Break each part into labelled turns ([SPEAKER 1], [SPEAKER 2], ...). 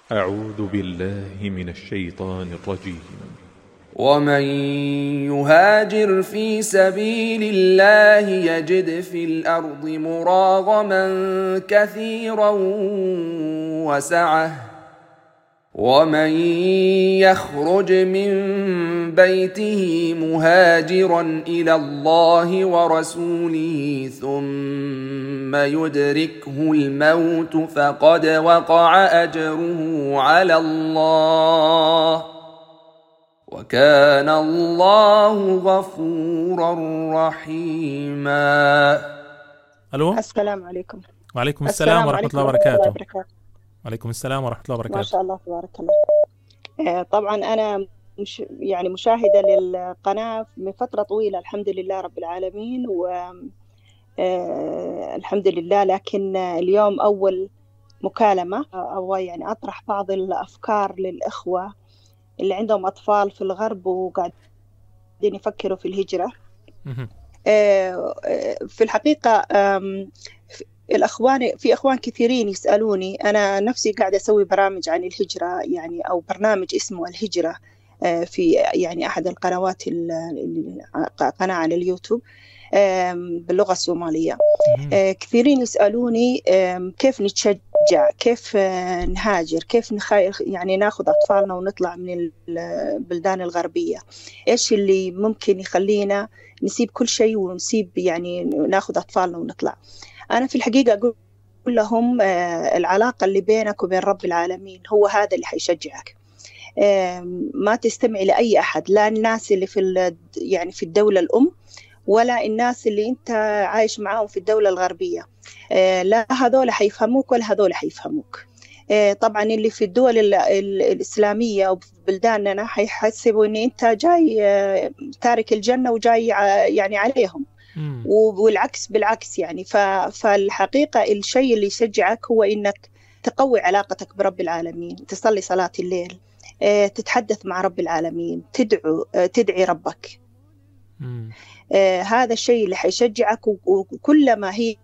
[SPEAKER 1] أعوذ بالله من الشيطان الرجيم.
[SPEAKER 2] ومن يهاجر في سبيل الله يجد في الأرض مراغما كثيرا وسعة ومن يخرج من بيته مهاجرا إلى الله ورسوله ثم يدركه الموت فقد وقع أجره على الله وكان الله غفورا رحيما.
[SPEAKER 3] ألو.
[SPEAKER 4] السلام عليكم.
[SPEAKER 3] وعليكم السلام ورحمة الله وبركاته. وعليكم السلام ورحمة الله وبركاته.
[SPEAKER 4] ما شاء الله تبارك الله. طبعا أنا يعني مشاهدة للقناة من فترة طويلة الحمد لله رب العالمين الحمد لله. لكن اليوم أول مكالمة أو يعني أطرح بعض الأفكار للإخوة اللي عندهم أطفال في الغرب وقاعدين يفكروا في الهجرة. في الحقيقة في أخوان كثيرين يسألوني، أنا نفسي قاعدة أسوي برامج عن الهجرة يعني أو برنامج اسمه الهجرة في يعني أحد القنوات قناة على اليوتيوب باللغة الصومالية. كثيرين يسألوني كيف نتشجع، كيف نهاجر، كيف يعني ناخذ أطفالنا ونطلع من البلدان الغربية، إيش اللي ممكن يخلينا نسيب كل شيء ونسيب يعني ناخذ أطفالنا ونطلع. أنا في الحقيقة أقول لهم العلاقة اللي بينك وبين رب العالمين هو هذا اللي حيشجعك. ما تستمعي لأي أحد، لا الناس اللي يعني في الدولة الأم ولا الناس اللي أنت عايش معاهم في الدولة الغربية. لا هذول حيفهموك ولا هذول حيفهموك. طبعا اللي في الدول الإسلامية أو في بلداننا حيحسبوا أن أنت جاي تارك الجنة وجاي يعني عليهم، والعكس بالعكس يعني. فالحقيقة الشيء اللي يشجعك هو إنك تقوي علاقتك برب العالمين، تصلي صلاة الليل، تتحدث مع رب العالمين، تدعي ربك. هذا الشيء اللي حيشجعك. وكلما هي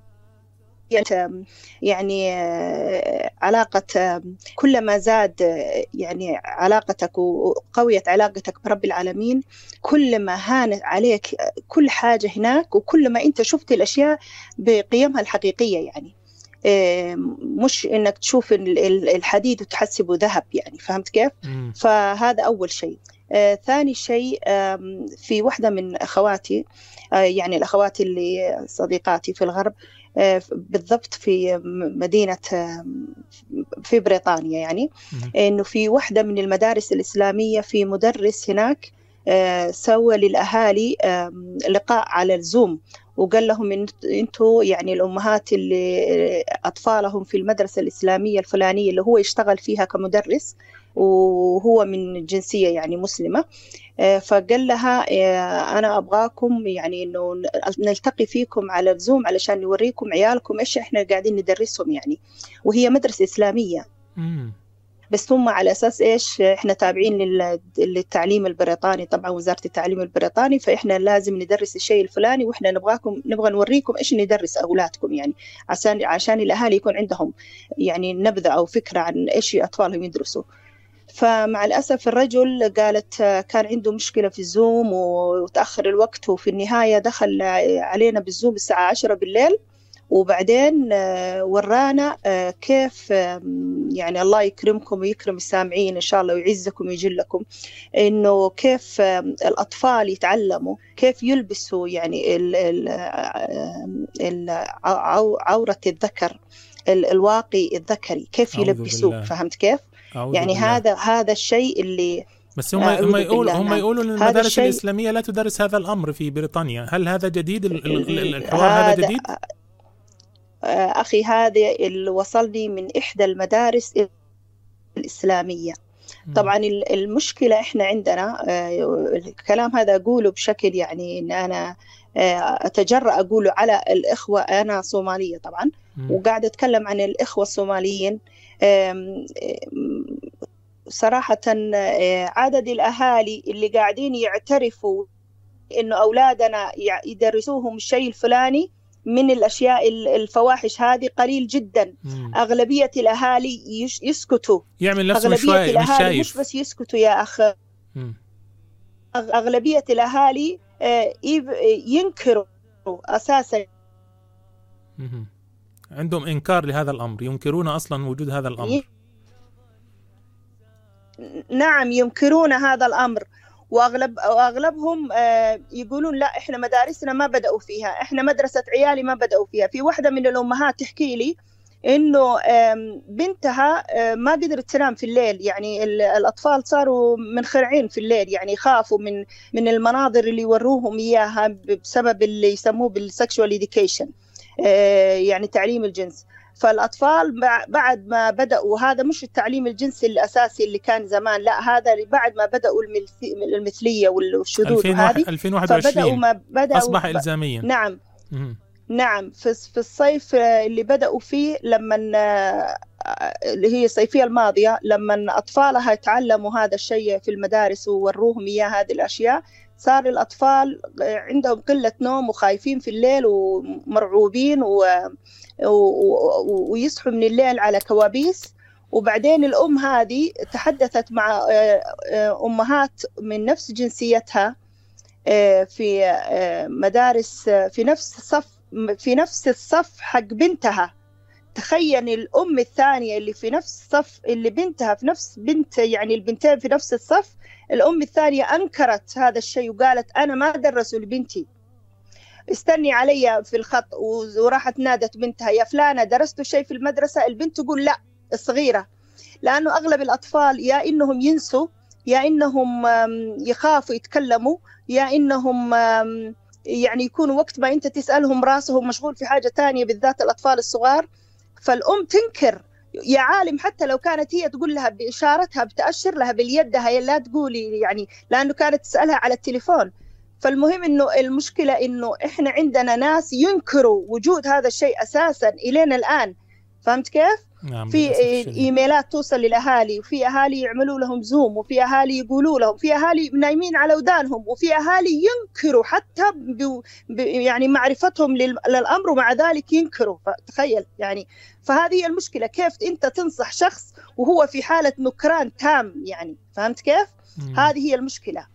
[SPEAKER 4] يعني علاقة، كلما زاد يعني علاقتك وقويت علاقتك برب العالمين، كلما هانت عليك كل حاجة هناك، وكلما أنت شفت الأشياء بقيمها الحقيقية يعني، مش إنك تشوف الحديد وتحسبه ذهب يعني. فهمت كيف؟ فهذا أول شيء. ثاني شيء، في واحدة من أخواتي يعني الأخوات اللي صديقاتي في الغرب، بالضبط في مدينة في بريطانيا يعني، إنه في واحدة من المدارس الإسلامية في مدرس هناك سوى للأهالي لقاء على الزوم، وقال لهم أنتوا يعني الأمهات اللي أطفالهم في المدرسة الإسلامية الفلانية اللي هو يشتغل فيها كمدرس وهو من جنسية يعني مسلمة، فقال لها أنا أبغاكم يعني إنه نلتقي فيكم على الزوم علشان نوريكم عيالكم إيش إحنا قاعدين ندرسهم يعني. وهي مدرسة إسلامية بس هم على أساس إيش، إحنا تابعين للتعليم البريطاني، طبعا وزارة التعليم البريطاني، فإحنا لازم ندرس الشيء الفلاني، وإحنا نبغى نوريكم إيش ندرس أولادكم يعني، عشان الأهالي يكون عندهم يعني نبذة أو فكرة عن إيش أطفالهم يدرسوا. فمع الأسف الرجل قالت كان عنده مشكلة في الزوم وتأخر الوقت، وفي النهاية دخل علينا بالزوم الساعة 10 بالليل، وبعدين ورانا كيف يعني الله يكرمكم ويكرم السامعين إن شاء الله ويعزكم ويجلكم، إنه كيف الأطفال يتعلموا كيف يلبسوا يعني عورة الذكر، الواقي الذكري كيف يلبسوه. فهمت كيف؟ يعني هذا الشيء اللي
[SPEAKER 3] بس هم يقولوا ان المدارس الإسلامية لا تدرس هذا الأمر في بريطانيا. هل هذا جديد؟ الحوار هذا جديد؟
[SPEAKER 4] أخي هذا اللي وصلني من إحدى المدارس الإسلامية. طبعا المشكلة إحنا عندنا الكلام هذا أقوله بشكل يعني إن أنا أتجرأ أقوله على الإخوة، أنا صومالية طبعا وقاعدة أتكلم عن الإخوة الصوماليين. صراحة عدد الأهالي اللي قاعدين يعترفوا إنه أولادنا يدرسوهم الشيء الفلاني من الأشياء الفواحش هذه قليل جدا. أغلبية الأهالي يسكتوا،
[SPEAKER 3] يعمل نفسه مش شايف،
[SPEAKER 4] مش بس يسكتوا يا أخ، أغلبية الأهالي ينكروا أساسا،
[SPEAKER 3] عندهم إنكار لهذا الأمر، ينكرون أصلا وجود هذا الأمر.
[SPEAKER 4] نعم ينكرون هذا الأمر، وأغلبهم يقولون لا إحنا مدارسنا ما بدأوا فيها، إحنا مدرسة عيالي ما بدأوا فيها. في واحدة من الأمهات تحكي لي إنه بنتها ما قدرت تنام في الليل، يعني الأطفال صاروا منخرعين في الليل، يعني يخافوا من المناظر اللي يوروهم إياها بسبب اللي يسموه بالسكشوال إديوكيشن، يعني تعليم الجنس. فالأطفال بعد ما بدأوا، هذا مش التعليم الجنسي الأساسي اللي كان زمان، لا هذا بعد ما بدأوا المثلية والشذوذ هذه
[SPEAKER 3] 2021
[SPEAKER 4] ما بدأوا
[SPEAKER 3] أصبح إلزاميا.
[SPEAKER 4] نعم نعم في الصيف اللي بدأوا فيه، لما اللي هي الصيفية الماضية، لما أطفالها تعلموا هذا الشيء في المدارس ووروهم إياه هذه الأشياء، صار الأطفال عندهم قلة نوم وخايفين في الليل ومرعوبين ويصحوا من الليل على كوابيس. وبعدين الأم هذه تحدثت مع أمهات من نفس جنسيتها في مدارس في نفس الصف حق بنتها. تخيل الأم الثانية اللي في نفس الصف، اللي بنتها في نفس يعني البنتين في نفس الصف، الأم الثانية أنكرت هذا الشيء وقالت أنا ما درسوا لبنتي، استني علي في الخط. وراحت نادت بنتها يا فلانة درستوا شيء في المدرسة؟ البنت تقول لا، الصغيرة، لأنه أغلب الأطفال يا إنهم ينسوا، يا إنهم يخافوا يتكلموا، يا إنهم يعني يكونوا وقت ما أنت تسألهم راسهم مشغول في حاجة تانية، بالذات الأطفال الصغار. فالأم تنكر يا عالم، حتى لو كانت هي تقول لها بإشارتها، بتأشر لها باليدها، هي لا تقولي، يعني لأنه كانت تسألها على التليفون. فالمهم إنه المشكلة إنه إحنا عندنا ناس ينكروا وجود هذا الشيء أساسا إلينا الآن. فهمت كيف؟
[SPEAKER 3] نعم.
[SPEAKER 4] في إيميلات توصل للأهالي، وفي أهالي يعملوا لهم زوم، وفي أهالي يقولوا لهم، في أهالي نايمين على ودانهم، وفي أهالي ينكروا حتى يعني معرفتهم للأمر، ومع ذلك ينكروا. فتخيل يعني، فهذه المشكلة، كيف أنت تنصح شخص وهو في حالة نكران تام يعني؟ فهمت كيف؟ هذه هي المشكلة.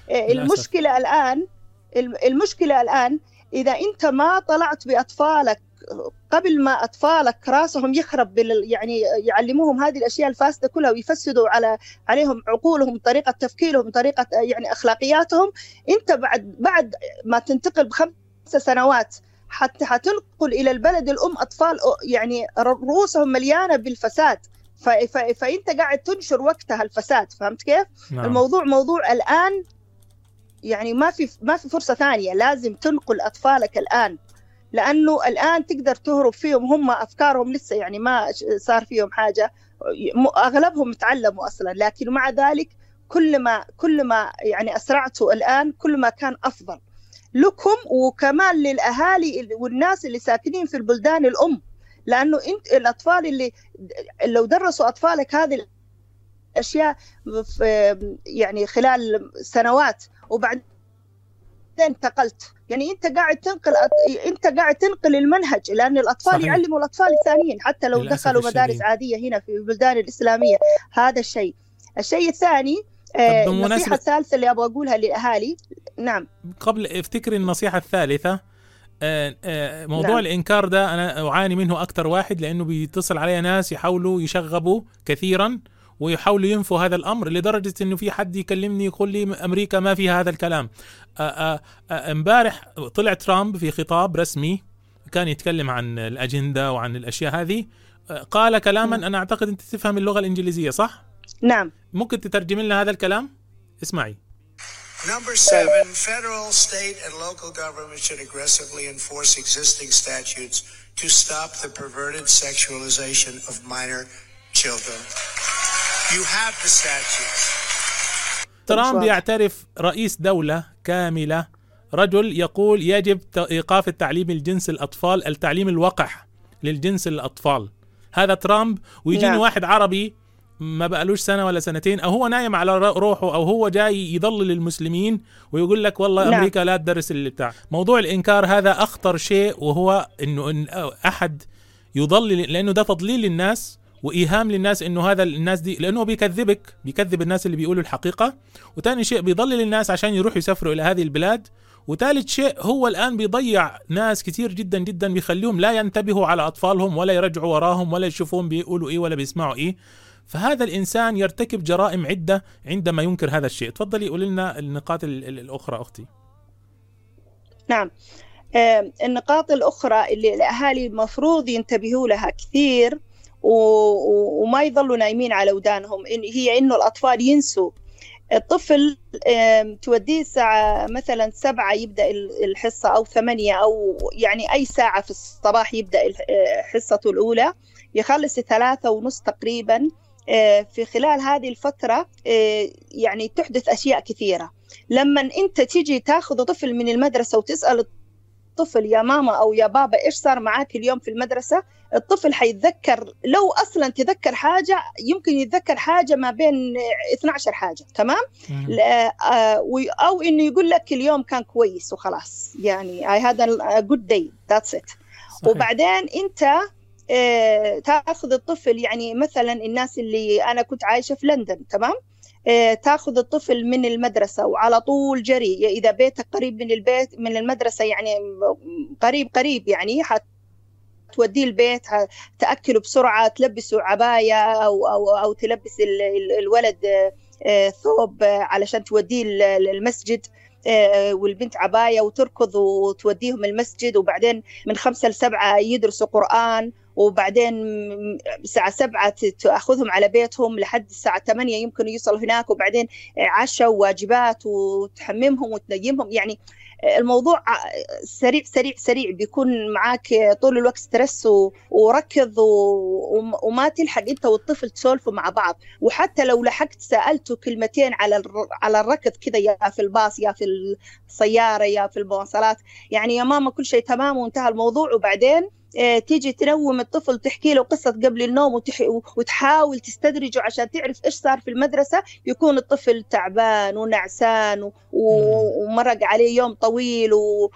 [SPEAKER 4] المشكلة الآن إذا أنت ما طلعت بأطفالك قبل ما أطفالك راسهم يخرب يعني يعلموهم هذه الأشياء الفاسدة كلها، ويفسدوا عليهم عقولهم، طريقة تفكيرهم، طريقة يعني أخلاقياتهم، أنت بعد ما تنتقل ب5 سنوات حتى هتنقل إلى البلد الأم أطفال يعني رؤوسهم مليانة بالفساد. فأنت قاعد تنشر وقتها الفساد. فهمت كيف؟
[SPEAKER 3] نعم.
[SPEAKER 4] الموضوع موضوع الآن، يعني ما في فرصة ثانية، لازم تنقل أطفالك الآن، لأنه الآن تقدر تهرب فيهم، هم أفكارهم لسه يعني ما صار فيهم حاجة، أغلبهم تعلموا أصلا، لكن مع ذلك كل ما يعني أسرعتوا الآن كل ما كان أفضل لكم، وكمان للأهالي والناس اللي ساكنين في البلدان الأم، لأنه أنت الأطفال اللي لو درسوا أطفالك هذه الأشياء يعني خلال سنوات وبعدين انتقلت، يعني انت قاعد تنقل المنهج، لان الاطفال
[SPEAKER 3] صحيح.
[SPEAKER 4] يعلموا الاطفال الثانيين حتى لو دخلوا مدارس عاديه هنا في البلدان الاسلاميه. هذا الشيء الثاني. النصيحه الثالثه اللي ابغى اقولها للاهالي. نعم،
[SPEAKER 3] قبل افتكر النصيحه الثالثه، موضوع نعم. الانكار ده انا اعاني منه اكثر واحد، لانه بيتصل علي ناس يحاولوا يشغبوا كثيرا ويحاولوا ينفوا هذا الأمر، لدرجة إنه في حد يكلمني يقول لي أمريكا ما فيها هذا الكلام. امبارح طلع ترامب في خطاب رسمي كان يتكلم عن الأجندة وعن الأشياء هذه، قال كلاما أنا أعتقد أنت تفهم اللغة الإنجليزية صح؟
[SPEAKER 4] نعم.
[SPEAKER 3] ممكن تترجم لنا هذا الكلام؟ اسمعي.
[SPEAKER 5] Number 7, federal, state, and local governments should aggressively enforce existing statutes to stop the perverted sexualization of minor children. You have the statutes.
[SPEAKER 3] ترامب يعترف رئيس دولة كاملة، رجل يقول يجب إيقاف التعليم الجنسي للأطفال، التعليم الوقح للجنس للأطفال. هذا ترامب. ويجيني واحد عربي ما بقالوش سنة ولا سنتين، أو هو نايم على روحه، أو هو جاي يضلل المسلمين ويقول لك والله
[SPEAKER 4] نعم.
[SPEAKER 3] أمريكا لا تدرس اللي بتاع. موضوع الإنكار هذا أخطر شيء، وهو إن أحد يضلل، لأنه ده تضليل للناس وإيهام للناس إنه هذا الناس دي، لأنه بيكذب الناس اللي بيقولوا الحقيقة. وتاني شيء بيضلل الناس عشان يروحوا يسافروا إلى هذه البلاد. وثالث شيء هو الآن بيضيع ناس كتير جدا جدا، بيخليهم لا ينتبهوا على أطفالهم ولا يرجعوا وراهم ولا يشوفون بيقولوا إيه ولا بيسمعوا إيه. فهذا الإنسان يرتكب جرائم عدة عندما ينكر هذا الشيء. تفضلي قولي لنا النقاط الأخرى أختي.
[SPEAKER 4] نعم، النقاط الأخرى اللي الأهالي المفروض ينتبهوا لها كثير وما يظلوا نايمين على ودانهم، هي إنه الأطفال ينسوا. الطفل توديه الساعة مثلا 7 يبدأ الحصة، أو 8، أو يعني أي ساعة في الصباح يبدأ حصته الأولى، يخلص 3:30 تقريبا. في خلال هذه الفترة يعني تحدث أشياء كثيرة. لما أنت تيجي تاخذ طفل من المدرسة وتسأل الطفل يا ماما أو يا بابا إيش صار معاك اليوم في المدرسة، الطفل حيتذكر، لو أصلا تذكر حاجة يمكن يتذكر حاجة ما بين 12 حاجة، تمام؟ أو إنه يقول لك اليوم كان كويس وخلاص، يعني هذا good day that's it. صحيح. وبعدين أنت تأخذ الطفل، يعني مثلا الناس اللي أنا كنت عايشة في لندن، تمام؟ تأخذ الطفل من المدرسة وعلى طول جري، إذا بيتك قريب من البيت من المدرسة يعني قريب يعني توديه البيت، تأكله بسرعة، تلبسه عباية أو تلبس الولد ثوب علشان توديه المسجد، والبنت عباية، وتركض وتوديهم المسجد. وبعدين من 5 ل7 يدرسوا قرآن، وبعدين الساعة 7 تأخذهم على بيتهم لحد الساعة 8 يمكن يوصلوا هناك، وبعدين عشاء وواجبات وتحممهم وتنيمهم. يعني الموضوع سريع سريع سريع، بيكون معاك طول الوقت سترس وركض وما تلحق انت والطفل تسولفوا مع بعض. وحتى لو لحقت سألته كلمتين على الركض كذا، يا في الباص يا في السيارة يا في المواصلات، يعني يا ماما كل شيء تمام وانتهى الموضوع. وبعدين تيجي تنوم الطفل، تحكي له قصة قبل النوم وتحاول تستدرجه عشان تعرف إيش صار في المدرسة، يكون الطفل تعبان ونعسان ومرق عليه يوم طويل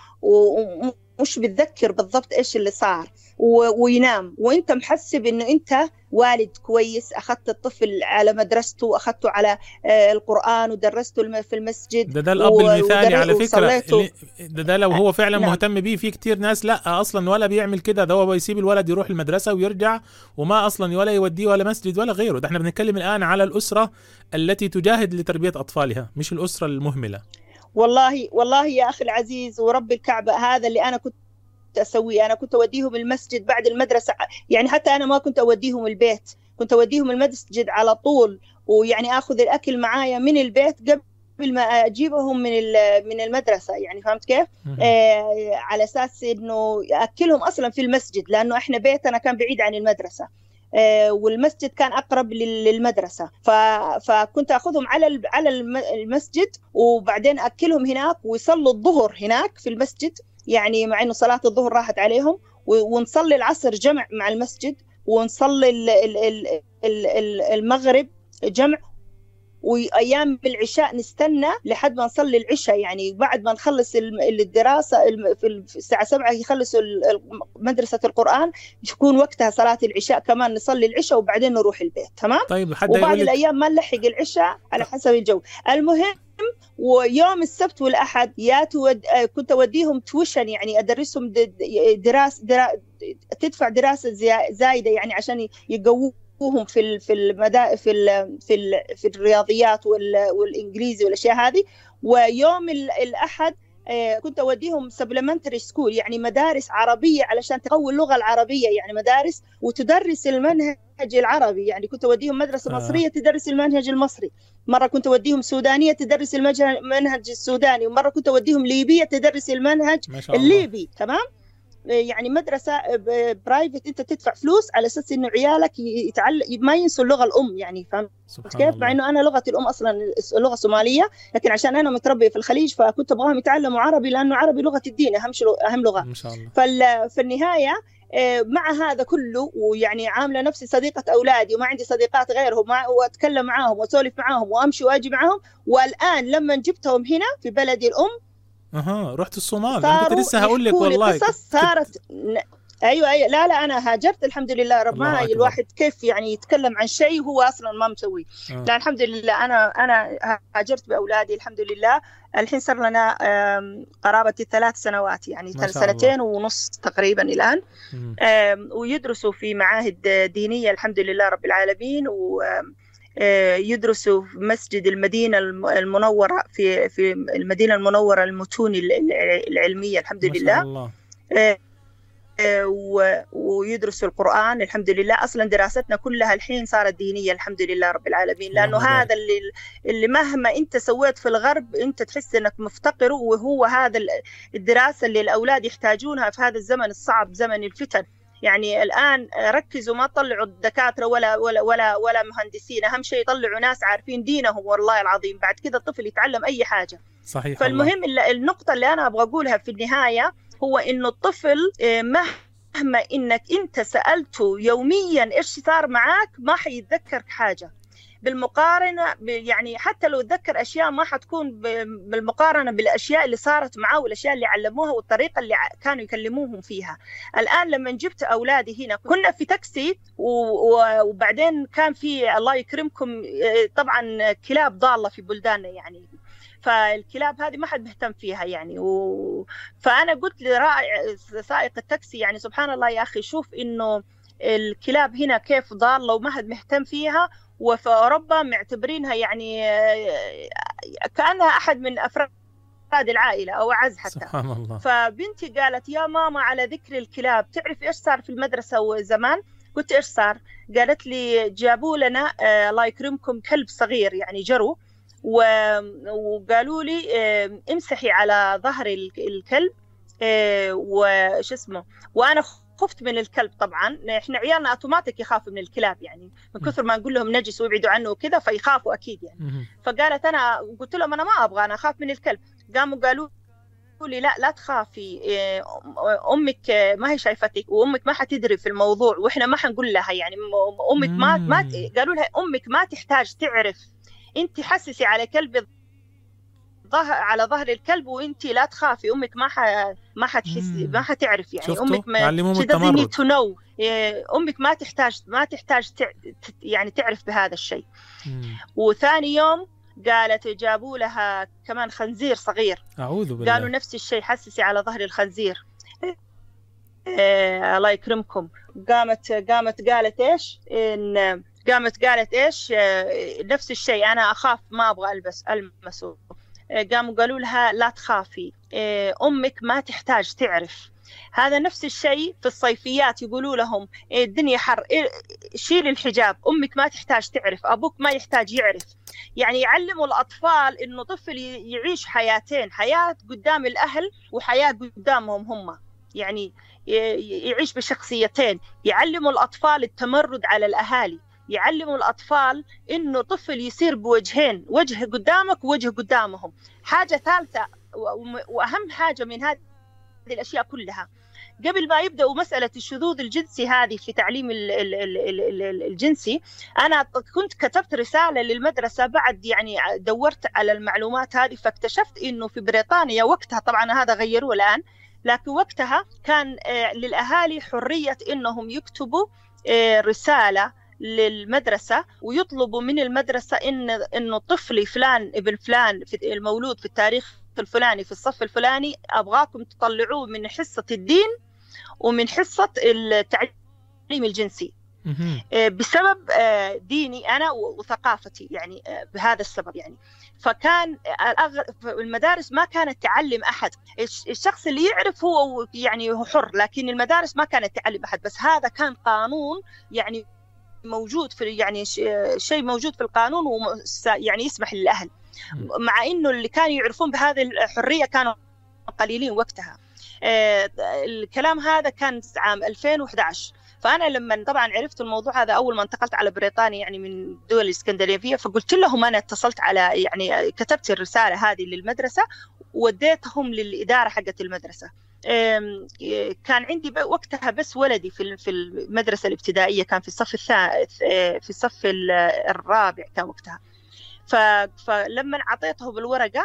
[SPEAKER 4] ومش بتذكر بالضبط إيش اللي صار، وينام. وإنت محسب إنه إنت والد كويس، أخذت الطفل على مدرسته، أخذته على القرآن ودرسته في المسجد.
[SPEAKER 3] ده الأب المثالي على فكرة. ده لو هو فعلا نعم. مهتم بيه. في كتير ناس لا أصلا ولا بيعمل كده، ده هو بيسيب الولد يروح المدرسة ويرجع وما أصلا ولا يوديه ولا مسجد ولا غيره. ده احنا بنتكلم الآن على الأسرة التي تجاهد لتربية أطفالها، مش الأسرة المهملة.
[SPEAKER 4] والله يا أخي العزيز ورب الكعبة، هذا اللي أنا كنت أسويه. أنا كنت أوديهم المسجد بعد المدرسة، يعني حتى أنا ما كنت أوديهم البيت، كنت أوديهم المسجد على طول، ويعني أخذ الأكل معايا من البيت قبل ما أجيبهم من المدرسة، يعني فهمت كيف؟ على أساس إنه أكلهم أصلا في المسجد، لأنه إحنا بيتنا كان بعيد عن المدرسة، والمسجد كان أقرب للمدرسة، فكنت أخذهم على المسجد، وبعدين أكلهم هناك ويصلوا الظهر هناك في المسجد، يعني مع إنه صلاة الظهر راحت عليهم، ونصلي العصر جمع مع المسجد، ونصلي المغرب جمع، وأيام العشاء نستنى لحد ما نصلي العشاء. يعني بعد ما نخلص الدراسة في الساعة 7 يخلصوا مدرسة القرآن، يكون وقتها صلاة العشاء كمان، نصلي العشاء وبعدين نروح البيت، تمام؟
[SPEAKER 3] طيب
[SPEAKER 4] وبعض الأيام ما نلحق العشاء على حسب الجو. المهم ويوم السبت والأحد كنت أوديهم تويشن، يعني أدرسهم تدفع دراسة زايدة يعني عشان يقووهم في الرياضيات والإنجليزي والأشياء هذه. ويوم الأحد كنت أوديهم سبلمنتري سكول، يعني مدارس عربية علشان تقوي اللغة العربية، يعني مدارس وتدرس المنهج العربي. يعني كنت أوديهم مدرسة مصرية تدرس المنهج المصري، مرة كنت أوديهم سودانية تدرس المنهج السوداني، ومرة كنت أوديهم ليبية تدرس المنهج الليبي، تمام؟ يعني مدرسة برايفت، أنت تدفع فلوس على أساس إنه عيالك ما ينسوا اللغة الأم، يعني فهمت كيف؟ مع إنه أنا لغتي الأم أصلا لغة صومالية، لكن عشان أنا متربية في الخليج فكنت أبغاهم يتعلموا عربي، لأنه عربي لغة الدين، أهم لغة إن شاء الله. في النهاية مع هذا كله ويعني عاملة نفسي صديقة أولادي وما عندي صديقات غيرهم وأتكلم معاهم وأسولف معاهم وأمشي وأجي معاهم. والآن لما جبتهم هنا في بلدي الأم
[SPEAKER 3] رحت الصومال. أنا كنت لسه هقول لك والله
[SPEAKER 4] صارت أيوة لا أنا هاجرت الحمد لله رب. ما الواحد كيف يعني يتكلم عن شيء هو أصلا ما مسوي. لا الحمد لله أنا هاجرت بأولادي الحمد لله. الحين صار لنا قرابة 3 سنوات يعني 2.5 سنين تقريبا الآن. ويدرسوا في معاهد دينية الحمد لله رب العالمين. ويدرسوا في مسجد المدينة المنورة في المدينة المنورة المتون العلمية الحمد لله. ويدرسوا القرآن الحمد لله. أصلا دراستنا كلها الحين صارت دينية الحمد لله رب العالمين. لأنه هذا اللي مهما أنت سويت في الغرب أنت تحس أنك مفتقر، وهو هذا الدراسة اللي الأولاد يحتاجونها في هذا الزمن الصعب زمن الفتن. يعني الآن ركزوا ما طلعوا الدكاترة ولا مهندسين، أهم شيء يطلعوا ناس عارفين دينهم والله العظيم. بعد كذا الطفل يتعلم أي حاجة.
[SPEAKER 3] صحيح.
[SPEAKER 4] فالمهم النقطة اللي أنا أبغى أقولها في النهاية هو إنه الطفل مهما إنك أنت سألته يوميا إيش صار معاك ما حيتذكر حاجة بالمقارنة يعني حتى لو تذكر أشياء ما حتكون بالمقارنة بالأشياء اللي صارت معاه والأشياء اللي علموها والطريقة اللي كانوا يكلموهم فيها. الآن لما جبت أولادي هنا كنا في تاكسي وبعدين كان في الله يكرمكم طبعا كلاب ضالة في بلداننا يعني، فالكلاب هذه ما حد مهتم فيها يعني. فأنا قلت لسائق التاكسي يعني سبحان الله يا أخي شوف إنه الكلاب هنا كيف ضالة وما حد مهتم فيها، وفي أوروبا معتبرينها يعني كأنها أحد من أفراد العائلة أو أعز حتى.
[SPEAKER 3] سبحان الله.
[SPEAKER 4] فبنتي قالت يا ماما على ذكر الكلاب تعرف إيش صار في المدرسة زمان؟ قلت إيش صار؟ قالت لي جابوا لنا الله يكرمكم كلب صغير يعني جرو، وقالوا لي امسحي على ظهر الكلب وش اسمه. وأنا خفت من الكلب طبعا، احنا عيالنا اوتوماتيك يخافوا من الكلاب يعني من كثر ما نقول لهم نجس ويبعدوا عنه وكذا فيخافوا اكيد يعني. فقالت انا قلت لهم انا ما ابغى، انا اخاف من الكلب. قاموا قالوا لي لا تخافي، امك ما هي شايفتك وامك ما حتدري في الموضوع واحنا ما حنقول لها يعني امك ما قالوا لها امك ما تحتاج تعرف، انت حسسي على كلب على ظهر الكلب وانت لا تخافي، امك ما حتحسي ما حتعرف يعني. امك امك ما تحتاج يعني تعرف بهذا الشيء. وثاني يوم قالت جابوا لها كمان خنزير صغير،
[SPEAKER 3] اعوذ بالله،
[SPEAKER 4] قالوا نفس الشيء حسسي على ظهر الخنزير. الله يكرمكم قامت قالت ايش قالت ايش نفس الشيء انا اخاف ما ابغى المسه. قاموا قالوا لها لا تخافي، أمك ما تحتاج تعرف. هذا نفس الشيء في الصيفيات يقولوا لهم الدنيا حر شيل الحجاب، أمك ما تحتاج تعرف، أبوك ما يحتاج يعرف. يعني يعلموا الأطفال إنه طفل يعيش حياتين، حياة قدام الأهل وحياة قدامهم هم، يعني يعيش بشخصيتين. يعلموا الأطفال التمرد على الأهالي، يعلموا الأطفال إنه طفل يصير بوجهين، وجه قدامك ووجه قدامهم. حاجة ثالثة وأهم حاجة من هذه الأشياء كلها قبل ما يبدأوا مسألة الشذوذ الجنسي هذه في تعليم الجنسي، أنا كنت كتبت رسالة للمدرسة بعد يعني دورت على المعلومات هذه، فاكتشفت إنه في بريطانيا وقتها طبعا هذا غيروه الآن، لكن وقتها كان للأهالي حرية إنهم يكتبوا رسالة للمدرسة ويطلبوا من المدرسة إنه طفلي فلان ابن فلان في المولود في التاريخ الفلاني في الصف الفلاني أبغاكم تطلعوه من حصة الدين ومن حصة التعليم الجنسي بسبب ديني أنا وثقافتي يعني بهذا السبب يعني. فكان المدارس ما كانت تعلم أحد، الشخص اللي يعرف هو يعني هو حر، لكن المدارس ما كانت تعلم أحد. بس هذا كان قانون يعني موجود في يعني شيء موجود في القانون يعني يسمح للأهل، مع إنه اللي كانوا يعرفون بهذه الحرية كانوا قليلين وقتها. الكلام هذا كان عام 2011. فأنا لما طبعا عرفت الموضوع هذا أول ما انتقلت على بريطانيا يعني من الدول الإسكندنافية، فقلت لهم أنا اتصلت على يعني كتبت الرسالة هذه للمدرسة ووديتهم للإدارة حقت المدرسة، كان عندي وقتها بس ولدي في المدرسة الابتدائية، كان في الصف الثالث، في الصف الرابع كان وقتها. فلما أعطيته بالورقة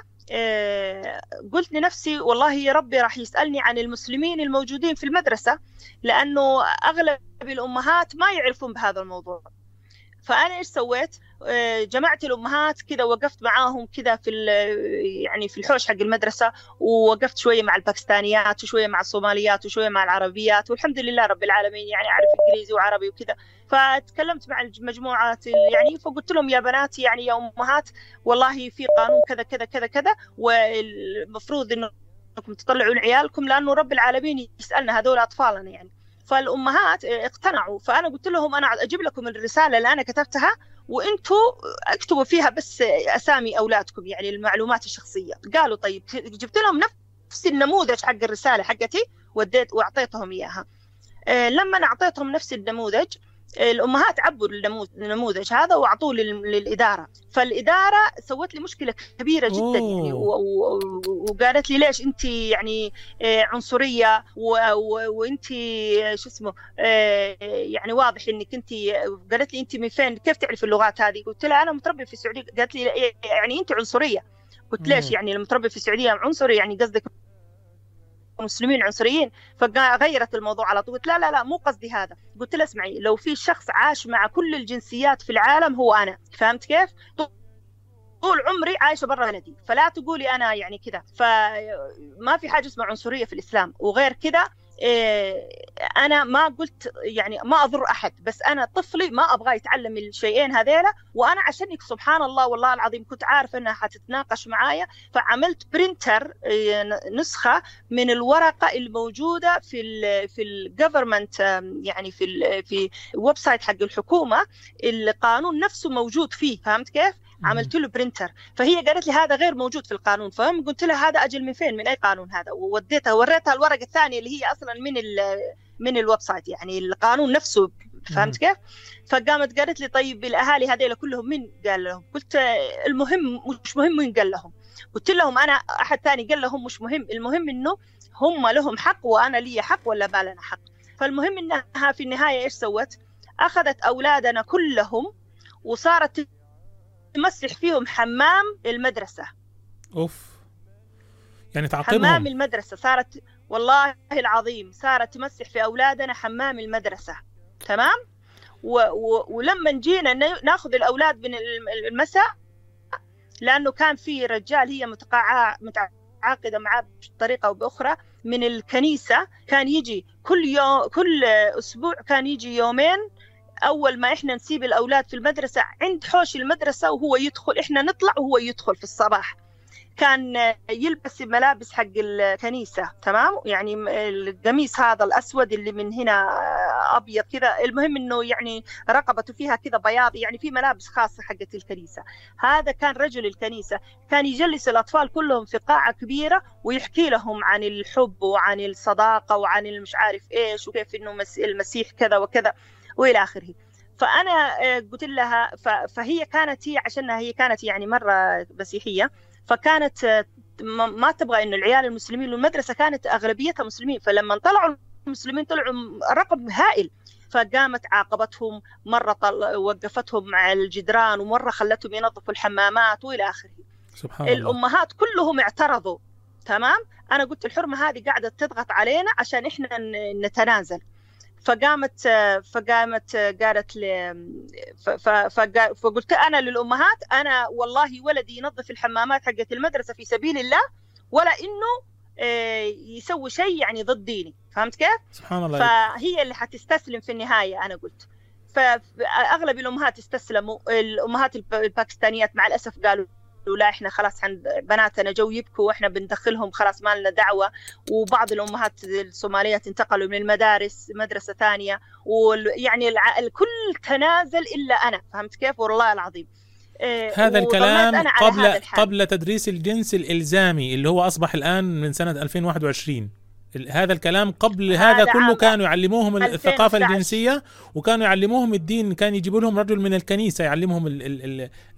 [SPEAKER 4] قلت لنفسي والله يا ربي راح يسألني عن المسلمين الموجودين في المدرسة، لأنه أغلب الأمهات ما يعرفون بهذا الموضوع. فأنا إيش سويت؟ جمعت الأمهات كذا، وقفت معاهم كذا يعني في الحوش حق المدرسة، ووقفت شوية مع الباكستانيات وشوية مع الصوماليات وشوية مع العربيات، والحمد لله رب العالمين يعني أعرف إنجليزي وعربي وكذا. فتكلمت مع المجموعات يعني، فقلت لهم يا بناتي يعني يا أمهات والله في قانون كذا كذا كذا كذا، والمفروض إنكم تطلعون عيالكم، لأنه رب العالمين يسألنا، هذول أطفالنا يعني. فالأمهات اقتنعوا. فأنا قلت لهم أنا أجيب لكم الرسالة اللي أنا كتبتها، وإنتوا اكتبوا فيها بس أسامي أولادكم يعني المعلومات الشخصية. قالوا طيب. جبت لهم نفس النموذج حق الرسالة حقتي وأعطيتهم إياها. لما أنا أعطيتهم نفس النموذج، الأمهات عبوا النموذج هذا وأعطوه للإدارة. فالإدارة سوت لي مشكلة كبيرة جدا يعني، وقالت لي ليش أنت يعني عنصرية، وأنت شو اسمه يعني واضح إنك أنت. قالت لي أنت من فين، كيف تعرف اللغات هذه؟ قلت لها أنا متربية في السعودية. قالت لي يعني أنت عنصرية. قلت ليش يعني المتربية في السعودية عنصري، يعني قصدك مسلمين عنصريين؟ فغيرت الموضوع على طول. قلت لا لا لا مو قصدي هذا. قلت له اسمعي، لو في شخص عاش مع كل الجنسيات في العالم هو أنا، فهمت كيف؟ طول عمري عايشة برا بلدي، فلا تقولي أنا يعني كذا. فما في حاجة اسمها عنصرية في الإسلام. وغير كذا أنا ما قلت يعني ما أضر أحد، بس أنا طفلي ما أبغى يتعلم الشيئين هذيلا. وأنا عشانك سبحان الله والله العظيم كنت عارفة أنها حتتناقش معايا، فعملت برينتر نسخة من الورقة الموجودة في الجفرمنت يعني في ويب سايت حق الحكومة، القانون نفسه موجود فيه، فهمت كيف؟ عملت له برينتر. فهي قالت لي هذا غير موجود في القانون. فهم قلت لها هذا أجل من فين، من أي قانون هذا؟ ووديتها وريتها الورقة الثانية اللي هي أصلا من الويب سايت يعني القانون نفسه، فهمت كيف؟ فقامت قالت لي طيب الأهالي هذيلا كلهم من قال لهم؟ قلت المهم مش مهم من قال لهم. قلت لهم أنا أحد ثاني قال لهم مش مهم، المهم إنه هم لهم حق وأنا لي حق ولا ما لنا حق. فالمهم إنها في النهاية إيش سوت؟ أخذت أولادنا كلهم وصارت تمسح فيهم حمام المدرسة.
[SPEAKER 3] أوف، يعني تعاقبهم.
[SPEAKER 4] حمام المدرسة صارت والله العظيم صارت تمسح في أولادنا حمام المدرسة، تمام؟ ولما جينا ناخذ الأولاد من المساء، لأنه كان في رجال هي متعاقدة معاه بطريقة أو بأخرى من الكنيسة، كان يجي كل أسبوع كان يجي يومين. أول ما إحنا نسيب الأولاد في المدرسة عند حوش المدرسة وهو يدخل، إحنا نطلع وهو يدخل في الصباح، كان يلبس ملابس حق الكنيسة، تمام؟ يعني القميص هذا الأسود اللي من هنا أبيض كذا، المهم إنه يعني رقبته فيها كذا بياض، يعني في ملابس خاصة حقت الكنيسة. هذا كان رجل الكنيسة، كان يجلس الأطفال كلهم في قاعة كبيرة ويحكي لهم عن الحب وعن الصداقة وعن المش عارف إيش، وكيف إنه المسيح كذا وكذا وإلى آخره. فأنا قلت لها فهي كانت عشانها هي كانت يعني مرة مسيحية، فكانت ما تبغى إنه العيال المسلمين، والمدرسة كانت أغلبيتها مسلمين، فلما طلعوا المسلمين طلعوا رقم هائل. فقامت عاقبتهم، مرة وقفتهم مع الجدران، ومرة خلتهم ينظفوا الحمامات وإلى آخره.
[SPEAKER 3] سبحان الله.
[SPEAKER 4] الأمهات كلهم اعترضوا، تمام؟ أنا قلت الحرمة هذه قاعدة تضغط علينا عشان إحنا نتنازل. فقامت قالت لي فقلت أنا للأمهات أنا والله ولدي ينظف الحمامات حقت المدرسة في سبيل الله، ولا إنه يسوي شيء يعني ضد ديني، فهمت كيف؟
[SPEAKER 3] سبحان الله.
[SPEAKER 4] فهي اللي حتستسلم في النهاية. أنا قلت فأغلب الأمهات استسلموا. الأمهات الباكستانيات مع الأسف قالوا لا إحنا خلاص بناتنا جو يبكوا وإحنا بندخلهم خلاص ما لنا دعوة. وبعض الأمهات الصوماليات انتقلوا من المدارس مدرسة ثانية، ويعني الكل تنازل إلا أنا، فهمت كيف؟ والله العظيم.
[SPEAKER 3] هذا الكلام قبل تدريس الجنس الإلزامي اللي هو أصبح الآن من سنة 2021. هذا الكلام قبل هذا كله كانوا يعلموهم الثقافة الجنسية، وكانوا يعلموهم الدين. كان يجيبوا لهم رجل من الكنيسة يعلمهم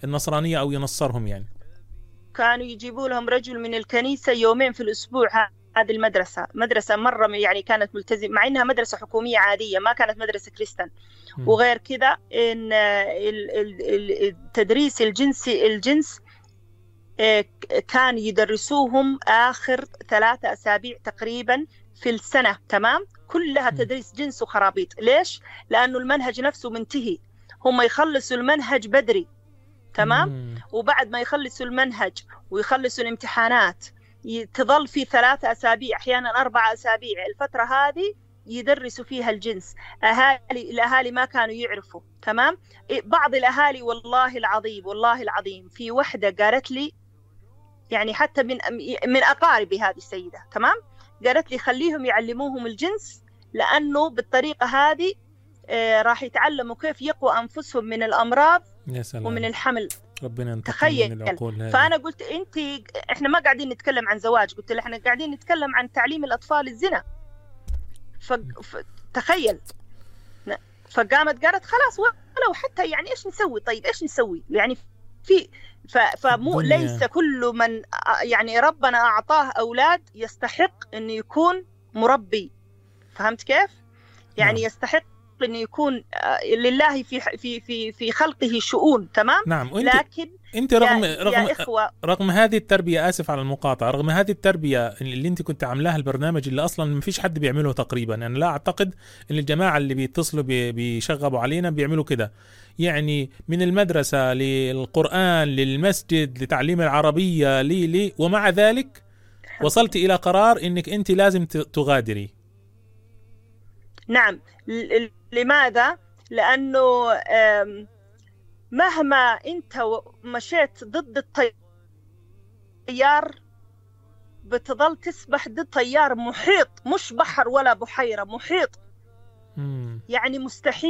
[SPEAKER 3] النصرانية أو ينصرهم، يعني
[SPEAKER 4] كانوا يجيبوا لهم رجل من الكنيسة يومين في الأسبوع. هذه المدرسة مدرسة مرة يعني كانت ملتزمة، مع إنها مدرسة حكومية عادية، ما كانت مدرسة كريستيان. وغير كذا إن التدريس الجنس كان يدرسوهم آخر 3 أسابيع تقريبا في السنة، تمام، كلها تدريس جنس وخرابيط. ليش؟ لأنه المنهج نفسه منتهي، هم يخلصوا المنهج بدري، تمام، وبعد ما يخلصوا المنهج ويخلصوا الامتحانات تظل في 3 أسابيع أحيانا 4 أسابيع الفترة هذه يدرسوا فيها الجنس. الأهالي ما كانوا يعرفوا، تمام. بعض الأهالي والله العظيم في وحدة قالت لي، يعني حتى من أقاربي هذه السيدة، تمام، قالت لي خليهم يعلموهم الجنس، لأنه بالطريقة هذه راح يتعلموا كيف يقوا أنفسهم من الأمراض ومن الحمل.
[SPEAKER 3] ربنا ينتقم
[SPEAKER 4] تخيل.
[SPEAKER 3] من العقول هذه.
[SPEAKER 4] فأنا قلت إحنا ما قاعدين نتكلم عن زواج، قلت له إحنا قاعدين نتكلم عن تعليم الأطفال الزنا. تخيل. فقامت قالت خلاص ولو حتى يعني إيش نسوي؟ طيب إيش نسوي؟ يعني فمو ليس كل من يعني ربنا أعطاه أولاد يستحق إنه يكون مربي. فهمت كيف؟ يعني يستحق إنه يكون لله في خلقه شؤون، تمام.
[SPEAKER 3] نعم.
[SPEAKER 4] لكن
[SPEAKER 3] انت رغم هذه التربيه، اسف على المقاطعه، رغم هذه التربيه اللي انت كنت عاملاها، البرنامج اللي اصلا ما فيش حد بيعمله تقريبا، انا لا اعتقد ان الجماعه اللي بيتصلوا بيشغبوا علينا بيعملوا كده، يعني من المدرسه للقران للمسجد لتعليم العربيه لي ومع ذلك وصلت الى قرار انك انت لازم تغادري.
[SPEAKER 4] نعم. لماذا؟ لأنه مهما أنت مشيت ضد التيار بتظل تسبح ضد تيار محيط، مش بحر ولا بحيرة، محيط. يعني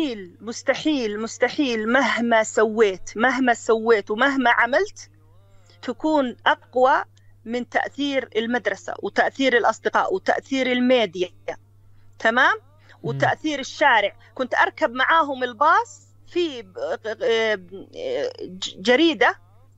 [SPEAKER 4] مستحيل مهما سويت ومهما عملت تكون أقوى من تأثير المدرسة وتأثير الأصدقاء وتأثير الميديا، تمام، وتأثير الشارع. كنت أركب معاهم الباص في جريدة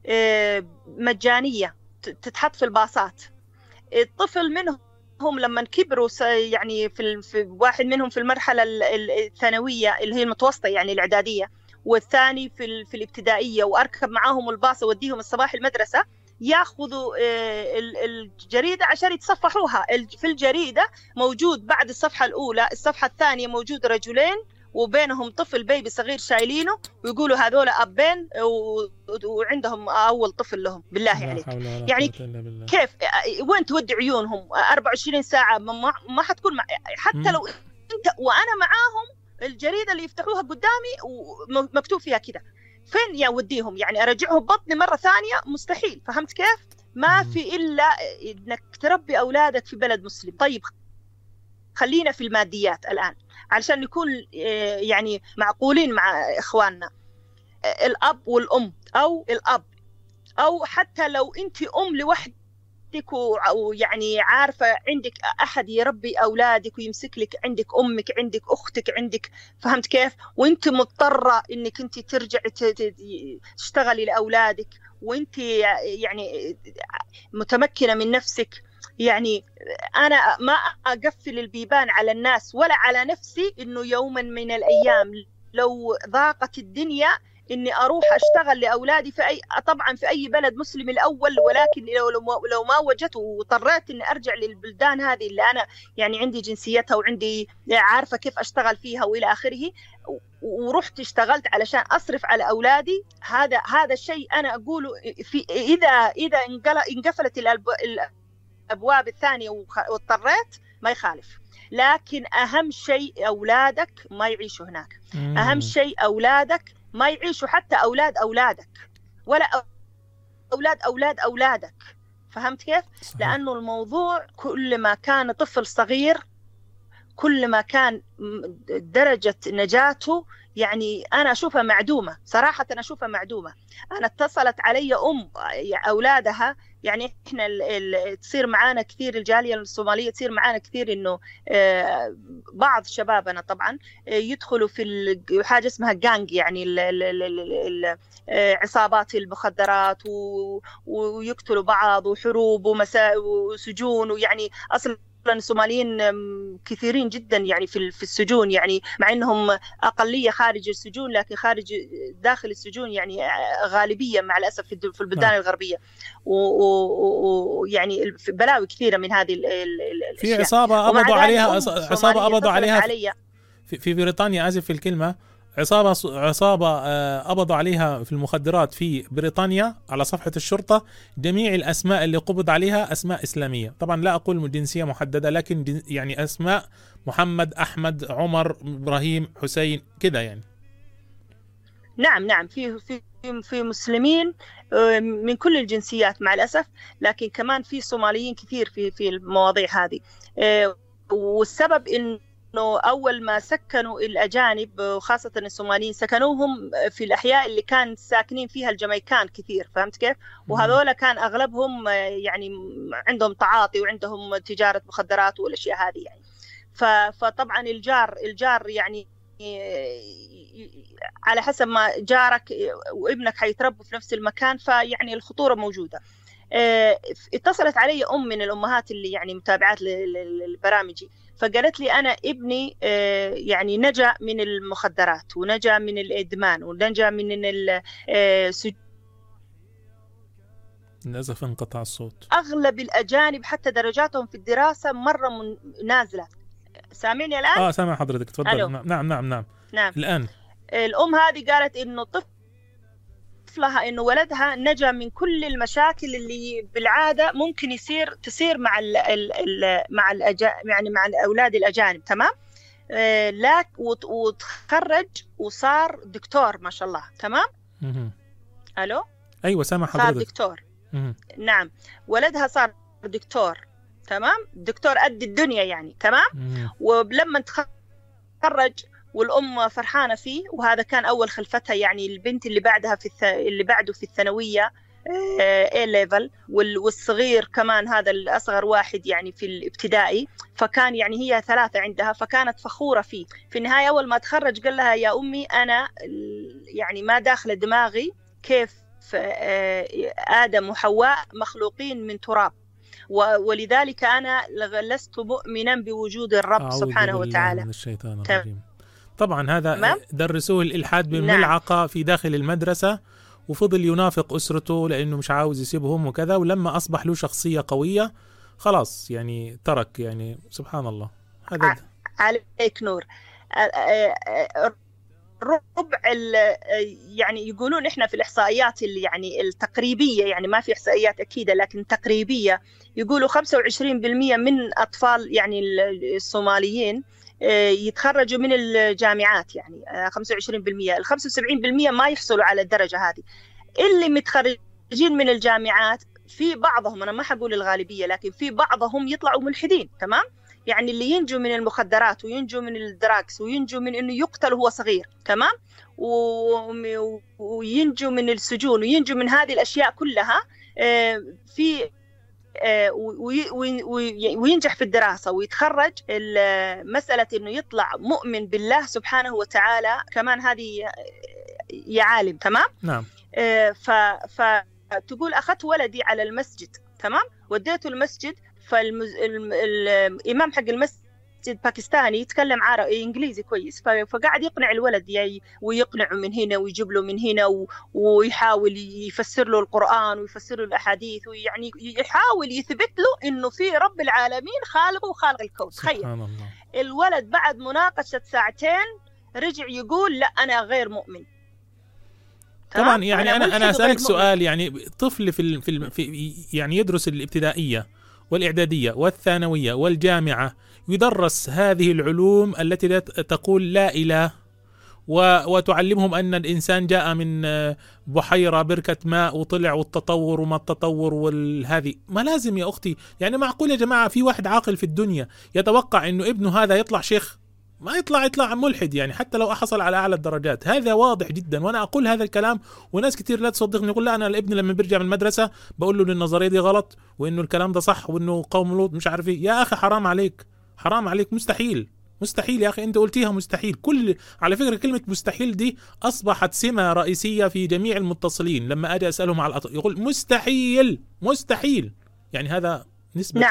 [SPEAKER 4] مجانية تتحط في الباصات. الطفل منهم لما كبروا يعني في واحد منهم في المرحلة الثانوية اللي هي المتوسطة يعني الإعدادية، والثاني في الابتدائية، وأركب معاهم الباص ووديهم الصباح المدرسة، ياخذوا الجريدة عشان يتصفحوها. في الجريدة موجود بعد الصفحة الأولى الصفحة الثانية موجود رجلين وبينهم طفل بيبي صغير شايلينه، ويقولوا هذول أبين وعندهم أول طفل لهم. بالله عليك يعني كيف وين تودي عيونهم 24 ساعة؟ ما حتكون حتى لو أنت وأنا معاهم الجريدة اللي يفتحوها قدامي ومكتوب فيها كده، فين يا وديهم؟ يعني أرجعهم بطني مرة ثانية؟ مستحيل. فهمت كيف؟ ما في إلا إنك تربي أولادك في بلد مسلم. طيب خلينا في الماديات الآن علشان نكون يعني معقولين مع إخواننا. الأب والأم أو الأب، أو حتى لو أنت أم لوحدك ويعني عارفة عندك أحد يربي أولادك ويمسك لك، عندك أمك، عندك أختك، عندك، فهمت كيف؟ وأنت مضطرة إنك أنت ترجع تشتغلي لأولادك وأنت يعني متمكنة من نفسك. يعني أنا ما أقفل البيبان على الناس ولا على نفسي إنه يوما من الأيام لو ضاقت الدنيا إني أروح أشتغل لأولادي طبعا في أي بلد مسلم الأول، ولكن لو ما وجدت واضطريت إني أرجع للبلدان هذه اللي أنا يعني عندي جنسيتها وعندي عارفة كيف أشتغل فيها وإلى آخره، ورحت اشتغلت علشان أصرف على أولادي، هذا الشيء أنا أقوله إذا انقفلت الأبواب الثانية واضطريت ما يخالف. لكن أهم شيء أولادك ما يعيشوا هناك. أهم شيء أولادك ما يعيشوا حتى أولادك ولا أولادك. فهمت كيف؟ صحيح. لأنه الموضوع كل ما كان طفل صغير كل ما كان درجة نجاته يعني أنا أشوفها معدومة، صراحة أنا أشوفها معدومة. أنا اتصلت علي أولادها، يعني إحنا تصير معانا كثير، الجالية الصومالية تصير معانا كثير إنه بعض شبابنا طبعا يدخلوا في حاجة اسمها جانج، يعني عصابات المخدرات ويقتلوا بعض وحروب وسجون، ويعني أصلا الصوماليين كثيرين جدا يعني في السجون، يعني مع انهم اقليه خارج السجون، لكن خارج داخل السجون يعني غالبيه مع الاسف في البلدان الغربيه، ويعني بلاوي كثيره من هذه الاشياء.
[SPEAKER 3] في عصابه قبضوا عليها في بريطانيا، اسف في الكلمه، عصابة قبضوا عليها في المخدرات في بريطانيا على صفحة الشرطة. جميع الأسماء اللي قبض عليها أسماء إسلامية، طبعا لا أقول جنسية محددة، لكن يعني أسماء محمد، أحمد، عمر، إبراهيم، حسين كده يعني.
[SPEAKER 4] نعم في مسلمين من كل الجنسيات مع الأسف، لكن كمان في صوماليين كثير في المواضيع هذه. والسبب إنه أول ما سكنوا الأجانب وخاصة الصوماليين سكنوهم في الأحياء اللي كان ساكنين فيها الجامايكان كثير، فهمت كيف؟ وهذولا كان أغلبهم يعني عندهم تعاطي وعندهم تجارة مخدرات والأشياء هذه يعني. فطبعا الجار يعني على حسب ما جارك وابنك حيتربوا في نفس المكان، فيعني الخطورة موجودة. اتصلت علي من الأمهات اللي يعني متابعات للبرامجي، فقالت لي أنا ابني يعني نجا من المخدرات ونجا من الإدمان ونجا من
[SPEAKER 3] للأسف انقطع الصوت.
[SPEAKER 4] أغلب الأجانب حتى درجاتهم في الدراسة مرة نازلة. سامعني الآن؟
[SPEAKER 3] سامع حضرتك، تفضل. نعم الآن
[SPEAKER 4] الأم هذه قالت إنه طفلها إنه ولدها نجا من كل المشاكل اللي بالعادة ممكن تصير يعني مع الأولاد الأجانب، تمام؟ وتخرج وصار دكتور ما شاء الله، تمام؟ ألو؟
[SPEAKER 3] أيوة سامع حضرتك.
[SPEAKER 4] صار دكتور. نعم، ولدها صار دكتور، تمام؟ دكتور قد الدنيا يعني، تمام؟ ولما تخرج والأم فرحانة فيه، وهذا كان أول خلفتها، يعني البنت اللي بعدها اللي بعده في الثانوية A-level، والصغير كمان هذا الأصغر واحد يعني في الابتدائي، فكان يعني هي 3 عندها، فكانت فخورة فيه. في النهاية أول ما تخرج قال لها يا أمي أنا يعني ما داخل دماغي كيف آدم وحواء مخلوقين من تراب، ولذلك أنا لست مؤمنا بوجود الرب سبحانه وتعالى.
[SPEAKER 3] من الشيطان الرجيم. طبعا هذا درسوه الإلحاد بالملعقة في داخل المدرسة، وفضل ينافق أسرته لأنه مش عاوز يسيبهم وكذا، ولما أصبح له شخصية قوية خلاص يعني ترك، يعني سبحان الله. هذا
[SPEAKER 4] عليك نور. ربع يعني يقولون إحنا في الإحصائيات اللي يعني التقريبية، يعني ما في إحصائيات أكيدة لكن تقريبية، يقولوا 25% من أطفال يعني الصوماليين يتخرجوا من الجامعات، يعني 25%. 75% ما يحصلوا على الدرجة هذه. اللي متخرجين من الجامعات في بعضهم، أنا ما حقول الغالبية، لكن في بعضهم يطلعوا ملحدين، تمام؟ يعني اللي ينجوا من المخدرات وينجوا من الدراكس وينجوا من إنه يقتل وهو صغير، تمام؟ وينجوا من السجون وينجوا من هذه الأشياء كلها، في وينجح في الدراسة ويتخرج. مسألة إنه يطلع مؤمن بالله سبحانه وتعالى كمان هذه يا عالم، تمام؟
[SPEAKER 3] نعم.
[SPEAKER 4] فتقول أخذت ولدي على المسجد، تمام؟ وديته المسجد، فالإمام حق المسجد باكستاني يتكلم إنجليزي كويس، فقاعد يقنع الولد ويقنعه من هنا ويجيب له من هنا ويحاول يفسر له القرآن ويفسر له الأحاديث، ويعني يحاول يثبت له إنه في رب العالمين خالقه وخالق الكون. تخيل الولد بعد مناقشة 2 ساعة رجع يقول لا أنا غير مؤمن.
[SPEAKER 3] طبعا يعني أنا أسألك سؤال، يعني طفل في يعني يدرس الابتدائية والإعدادية والثانوية والجامعة، يدرس هذه العلوم التي تقول لا إله وتعلمهم أن الإنسان جاء من بحيرة بركة ماء وطلع، والتطور وما التطور والهذه ما لازم يا أختي. يعني معقول يا جماعة في واحد عاقل في الدنيا يتوقع أنه ابنه هذا يطلع شيخ؟ ما يطلع ملحد يعني، حتى لو حصل على أعلى الدرجات. هذا واضح جدا، وأنا أقول هذا الكلام وناس كتير لا تصدقني، يقول لا أنا الابن لما بيرجع من المدرسة بقول له إن النظرية دي غلط وإنه الكلام ده صح وإنه قوم لوط مش عارف إيه. يا أخي حرام عليك، حرام عليك، مستحيل مستحيل يا أخي، أنت قلتيها مستحيل. على فكرة كلمة مستحيل دي أصبحت سمة رئيسية في جميع المتصلين، لما أجي أسألهم على يقول مستحيل مستحيل، يعني هذا نسبة.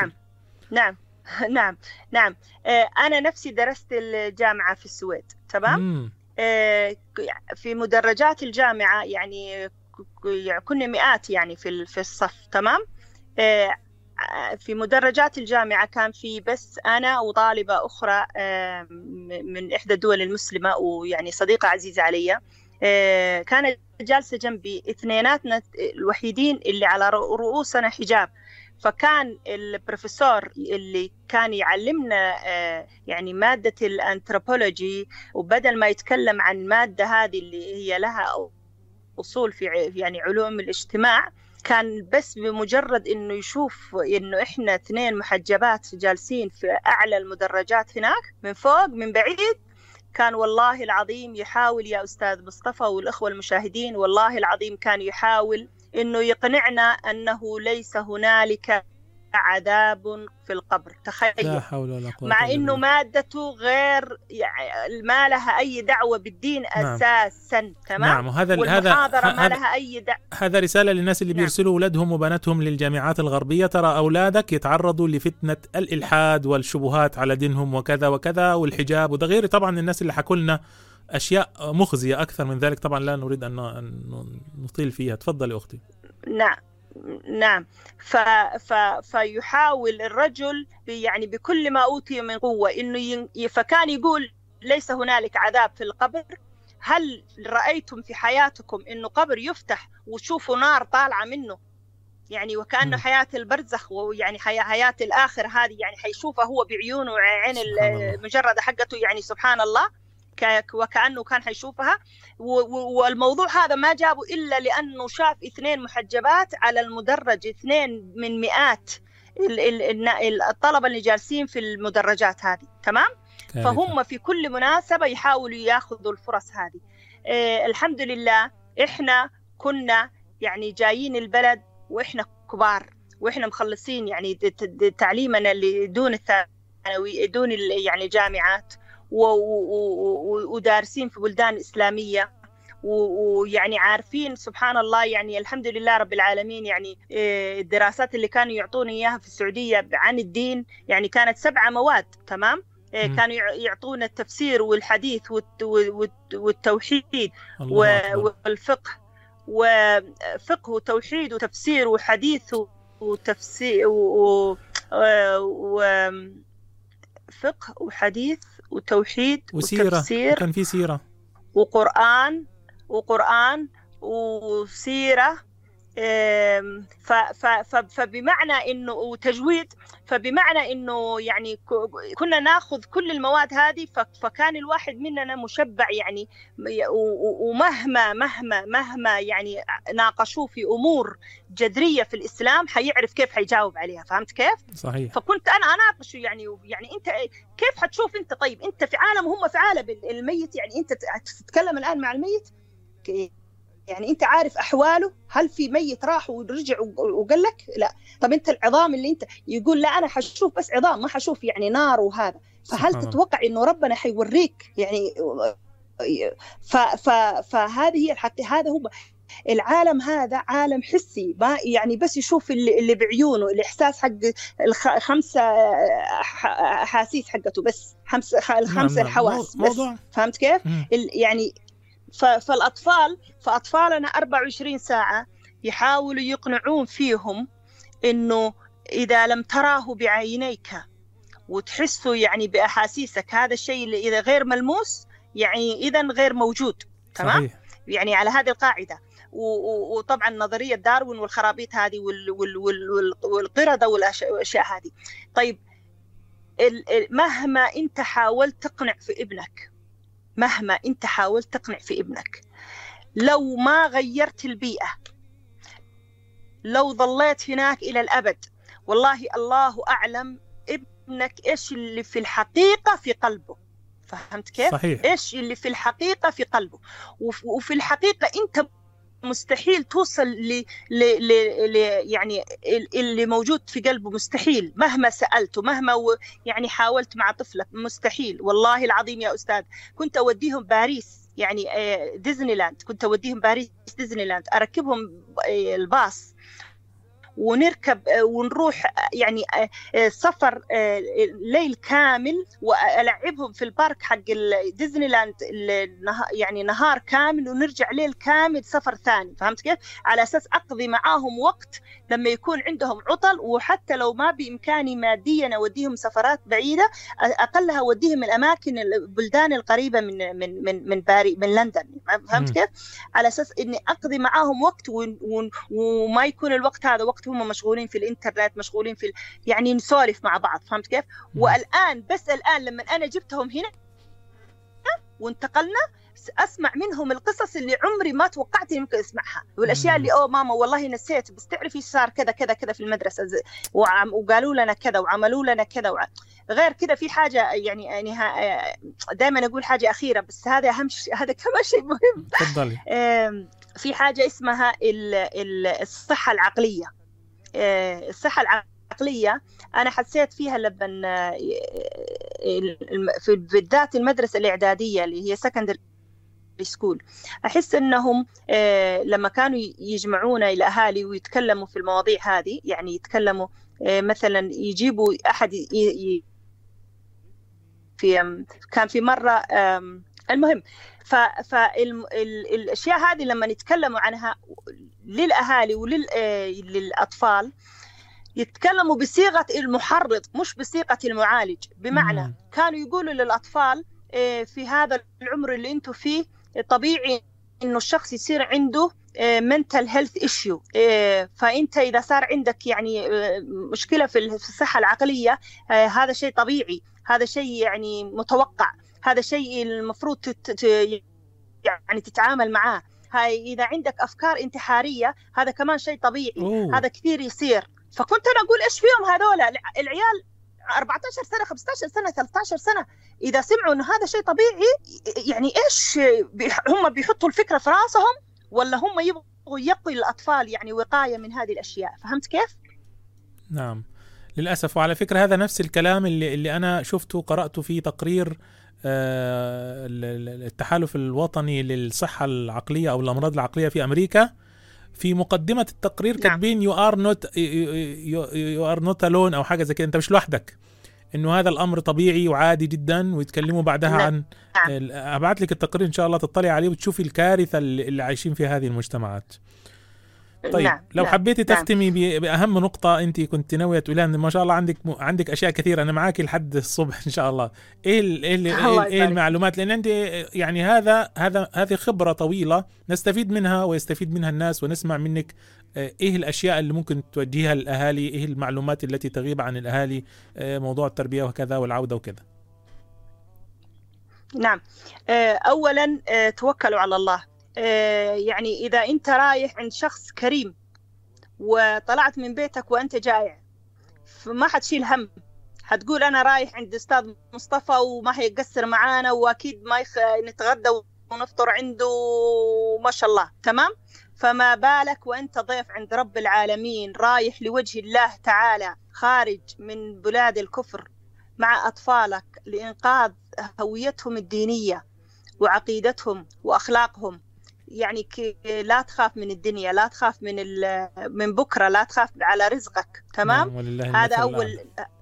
[SPEAKER 4] نعم. أنا نفسي درست الجامعة في السويد، تمام. في مدرجات الجامعة يعني كنا مئات يعني في الصف، تمام. في مدرجات الجامعة كان في بس أنا وطالبة أخرى من إحدى الدول المسلمة، ويعني صديقة عزيزة علي. كانت جالسة جنبي، اثنيناتنا الوحيدين اللي على رؤوسنا حجاب. فكان البروفيسور اللي كان يعلمنا يعني مادة الأنثروبولوجي، وبدل ما يتكلم عن مادة هذه اللي هي لها أصول في يعني علوم الاجتماع، كان بس بمجرد إنه يشوف إنه إحنا اثنين محجبات جالسين في أعلى المدرجات هناك من فوق من بعيد، كان والله العظيم يحاول يا أستاذ مصطفى والأخوة المشاهدين، والله العظيم كان يحاول إنه يقنعنا أنه ليس هنالك عذاب في القبر. تخيل،
[SPEAKER 3] لا حول ولا قوة،
[SPEAKER 4] مع إنه مادته غير يعني ما لها أي دعوة بالدين. نعم. أساسا، تمام.
[SPEAKER 3] نعم.
[SPEAKER 4] والمحاضرة ما لها أي دعوة.
[SPEAKER 3] هذا رسالة للناس اللي بيرسلوا أولادهم وبناتهم للجامعات الغربية، ترى أولادك يتعرضوا لفتنة الإلحاد والشبهات على دينهم وكذا وكذا والحجاب، وده غير طبعا الناس اللي حكوا لنا أشياء مخزية أكثر من ذلك، طبعا لا نريد أن نطيل فيها. تفضلي أختي.
[SPEAKER 4] نعم. فيحاول الرجل يعني بكل ما أوتي من قوة إنه فكان يقول ليس هنالك عذاب في القبر. هل رأيتم في حياتكم إنه قبر يفتح وتشوفوا نار طالعة منه؟ يعني وكأنه حياة البرزخ، ويعني حياة الآخر هذه يعني حيشوفها هو بعيونه وعين المجردة حقته، يعني سبحان الله، وكأنه كان حيشوفها. والموضوع هذا ما جابه إلا لأنه شاف اثنين محجبات على المدرج، اثنين من مئات الطلبة اللي جالسين في المدرجات هذه، تمام. فهم في كل مناسبة يحاولوا ياخذوا الفرص هذه. الحمد لله إحنا كنا يعني جايين البلد وإحنا كبار، وإحنا مخلصين يعني تعليمنا اللي دون الثانوي، دون يعني جامعات، ودارسين في بلدان إسلامية، ويعني عارفين سبحان الله يعني الحمد لله رب العالمين. يعني الدراسات اللي كانوا يعطوني إياها في السعودية عن الدين يعني كانت 7 مواد، تمام. كانوا يعطونا التفسير والحديث والتوحيد والفقه، وفقه وتوحيد وتفسير وحديث وتفسير فقه وحديث وتوحيد وتفسير،
[SPEAKER 3] كان في سيرة
[SPEAKER 4] وقرآن وسيرة. فبمعنى إنه وتجويد، فبمعنى إنه يعني كنا ناخذ كل المواد هذه، فكان الواحد مننا مشبع يعني. ومهما يعني ناقشوه في أمور جذرية في الإسلام حيعرف كيف حيجاوب عليها. فهمت كيف؟
[SPEAKER 3] صحيح.
[SPEAKER 4] فكنت أنا أناقشه يعني أنت كيف حتشوف أنت؟ طيب أنت في عالم هم في عالم الميت، يعني أنت تتكلم الآن مع الميت، يعني أنت عارف أحواله؟ هل في ميت راح ورجع وقال لك لا؟ طب أنت العظام اللي أنت يقول لا أنا حشوف بس عظام ما حشوف يعني نار وهذا، فهل تتوقع إنه ربنا حيوريك يعني؟ فهذه هي الحقيقة. هذا هو العالم، هذا عالم حسي، يعني بس يشوف اللي بعيونه، الإحساس حق 5 أحاسيس حقته، بس 5 الحواس بس. فهمت كيف؟ يعني فأطفالنا 24 ساعة يحاولوا يقنعون فيهم إنه إذا لم تراه بعينيك وتحسه يعني بأحاسيسك، هذا الشيء اللي إذا غير ملموس يعني إذا غير موجود، تمام؟ صحيح. يعني على هذه القاعدة. وطبعا نظرية داروين والخرابيط هذه والقردة والأشياء هذه. طيب مهما أنت حاولت تقنع في ابنك مهما أنت حاولت تقنع في ابنك، لو ما غيرت البيئة، لو ظليت هناك إلى الأبد، والله الله أعلم ابنك إيش اللي في الحقيقة في قلبه. فهمت كيف؟
[SPEAKER 3] صحيح.
[SPEAKER 4] إيش اللي في الحقيقة في قلبه. وفي الحقيقة أنت مستحيل توصل يعني اللي موجود في قلبه، مستحيل مهما سألت ومهما يعني حاولت مع طفلك، مستحيل والله العظيم يا أستاذ. كنت أوديهم باريس، يعني ديزني لاند، كنت أوديهم باريس ديزني لاند، أركبهم الباص ونركب ونروح يعني سفر ليل كامل، وألعبهم في البارك حق ديزني لاند يعني نهار كامل، ونرجع ليل كامل سفر ثاني. فهمت كيف؟ على أساس أقضي معاهم وقت لما يكون عندهم عطل، وحتى لو ما بإمكاني ماديا أوديهم سفرات بعيدة، أقلها أوديهم الأماكن البلدان القريبة من لندن. فهمت كيف؟ على أساس إني أقضي معاهم وقت، وما يكون الوقت هذا وقت هم مشغولين في الانترنت، مشغولين في يعني نسولف مع بعض. فهمت كيف؟ والآن بس الآن لما أنا جبتهم هنا وانتقلنا، أسمع منهم القصص اللي عمري ما توقعت يمكن أسمعها، والأشياء اللي ماما والله نسيت، بس تعرفي صار كذا كذا كذا في المدرسة، وقالوا لنا كذا وعملوا لنا كذا غير كذا. في حاجة يعني دائما أقول حاجة أخيرة، بس هذا أهم شيء، هذا كمان شيء مهم.
[SPEAKER 3] تفضلي.
[SPEAKER 4] في حاجة اسمها الصحة العقلية. الصحة العقلية أنا حسيت فيها لما في بالذات المدرسة الإعدادية اللي هي سكندري سكول، أحس أنهم لما كانوا يجمعونا الأهالي ويتكلموا في المواضيع هذه، يعني يتكلموا مثلا يجيبوا أحد كان في مرة المهم، فالأشياء هذه لما نتكلموا عنها للأهالي وللأطفال يتكلموا بصيغة المحرض مش بصيغة المعالج. بمعنى كانوا يقولوا للأطفال في هذا العمر اللي انتوا فيه طبيعي إنه الشخص يصير عنده mental health issue، فأنت إذا صار عندك يعني مشكلة في الصحة العقلية، هذا شيء طبيعي، هذا شيء يعني متوقع، هذا شيء المفروض يعني تتعامل معاه. هاي إذا عندك أفكار انتحارية هذا كمان شيء طبيعي. هذا كثير يصير. فكنت أنا أقول إيش فيهم هذول العيال 14 سنة 15 سنة 13 سنة، إذا سمعوا إنه هذا شيء طبيعي يعني إيش هم بيحطوا الفكرة في راسهم، ولا هم يبغوا يقوا الأطفال يعني وقاية من هذه الأشياء. فهمت كيف؟
[SPEAKER 3] نعم للأسف. وعلى فكرة هذا نفس الكلام اللي أنا شفته قرأته في تقرير التحالف الوطني للصحة العقلية أو الأمراض العقلية في أمريكا. في مقدمة التقرير كاتبين you are not alone أو حاجة زي كده، أنت مش لوحدك، إنه هذا الأمر طبيعي وعادي جدا. ويتكلموا بعدها عن أبعت لك التقرير إن شاء الله تطلع عليه وتشوفي الكارثة اللي عايشين فيها هذه المجتمعات. طيب لو حبيتي تختمي بأهم نقطة أنت كنت ناوية تقولها، ما شاء الله عندك أشياء كثيرة، أنا معاكي لحد الصبح إن شاء الله. إيه المعلومات؟ لأن عندي يعني هذه خبرة طويلة نستفيد منها ويستفيد منها الناس، ونسمع منك إيه الأشياء اللي ممكن توجهها للأهالي، إيه المعلومات التي تغيب عن الأهالي، موضوع التربية وكذا والعودة وكذا.
[SPEAKER 4] نعم، أولا توكلوا على الله. يعني إذا أنت رايح عند شخص كريم وطلعت من بيتك وأنت جائع، فما حتشيل هم، حتقول أنا رايح عند أستاذ مصطفى وما هيقصر معانا، وأكيد ما نتغدى ونفطر عنده ما شاء الله. تمام؟ فما بالك وأنت ضيف عند رب العالمين، رايح لوجه الله تعالى، خارج من بلاد الكفر مع أطفالك لإنقاذ هويتهم الدينية وعقيدتهم وأخلاقهم. يعني لا تخاف من الدنيا، لا تخاف من بكرة، لا تخاف على رزقك. تمام؟ هذا أول.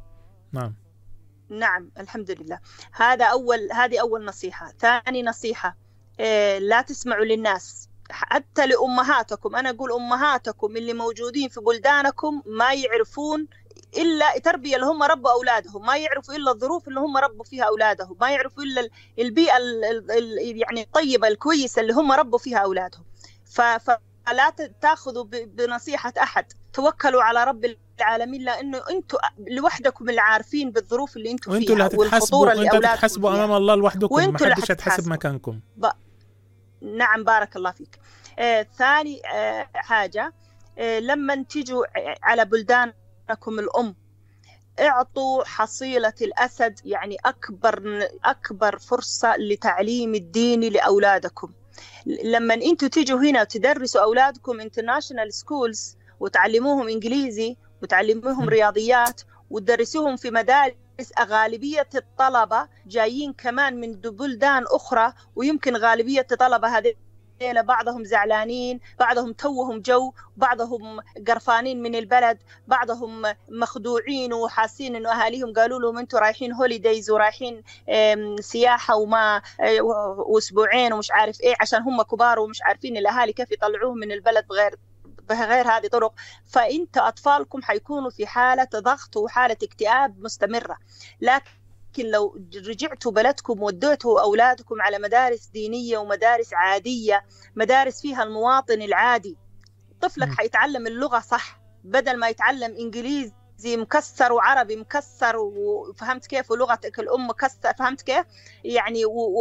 [SPEAKER 4] نعم الحمد لله. هذه أول نصيحة. ثاني نصيحة، لا تسمعوا للناس، حتى لأمهاتكم. أنا أقول أمهاتكم اللي موجودين في بلدانكم ما يعرفون إلا تربية اللي هم ربوا أولادهم، ما يعرفوا إلا الظروف اللي هم ربوا فيها أولادهم، ما يعرفوا إلا البيئة يعني الطيبة الكويسة اللي هم ربوا فيها أولادهم. لا تأخذوا بنصيحة أحد، توكلوا على رب العالمين، لأنه أنتم لوحدكم اللي عارفين بالظروف اللي أنتم فيها والخطورة اللي أولادكم فيها.
[SPEAKER 3] تحسبوا أمام الله لوحدكم، ما حدش هتحسب مكانكم.
[SPEAKER 4] نعم بارك الله فيك. ثاني حاجة، لما تيجوا على بلدانكم الأم اعطوا حصيلة الأسد، يعني أكبر فرصة لتعليم الدين لأولادكم. لما أنتوا تيجوا هنا تدرسوا أولادكم international schools وتعلموهم إنجليزي وتعلموهم رياضيات وتدرسوهم في مدارس غالبية الطلبة جايين كمان من بلدان أخرى، ويمكن غالبية الطلبة هذه بعضهم زعلانين، بعضهم توهم جو، بعضهم قرفانين من البلد، بعضهم مخدوعين وحاسين انه اهاليهم قالوا لهم انتوا رايحين هوليديز ورايحين سياحه وما واسبوعين ومش عارف ايه، عشان هم كبار ومش عارفين الاهالي كيف يطلعوهم من البلد بغير هذه طرق. فانت اطفالكم حيكونوا في حاله ضغط وحاله اكتئاب مستمره. لكن لو رجعتوا بلدكم وديتوا أولادكم على مدارس دينية ومدارس عادية، مدارس فيها المواطن العادي، طفلك حيتعلم اللغة صح، بدل ما يتعلم إنجليزي مكسر وعربي مكسر، وفهمت كيف، ولغتك الأم مكسر، فهمت كيف يعني،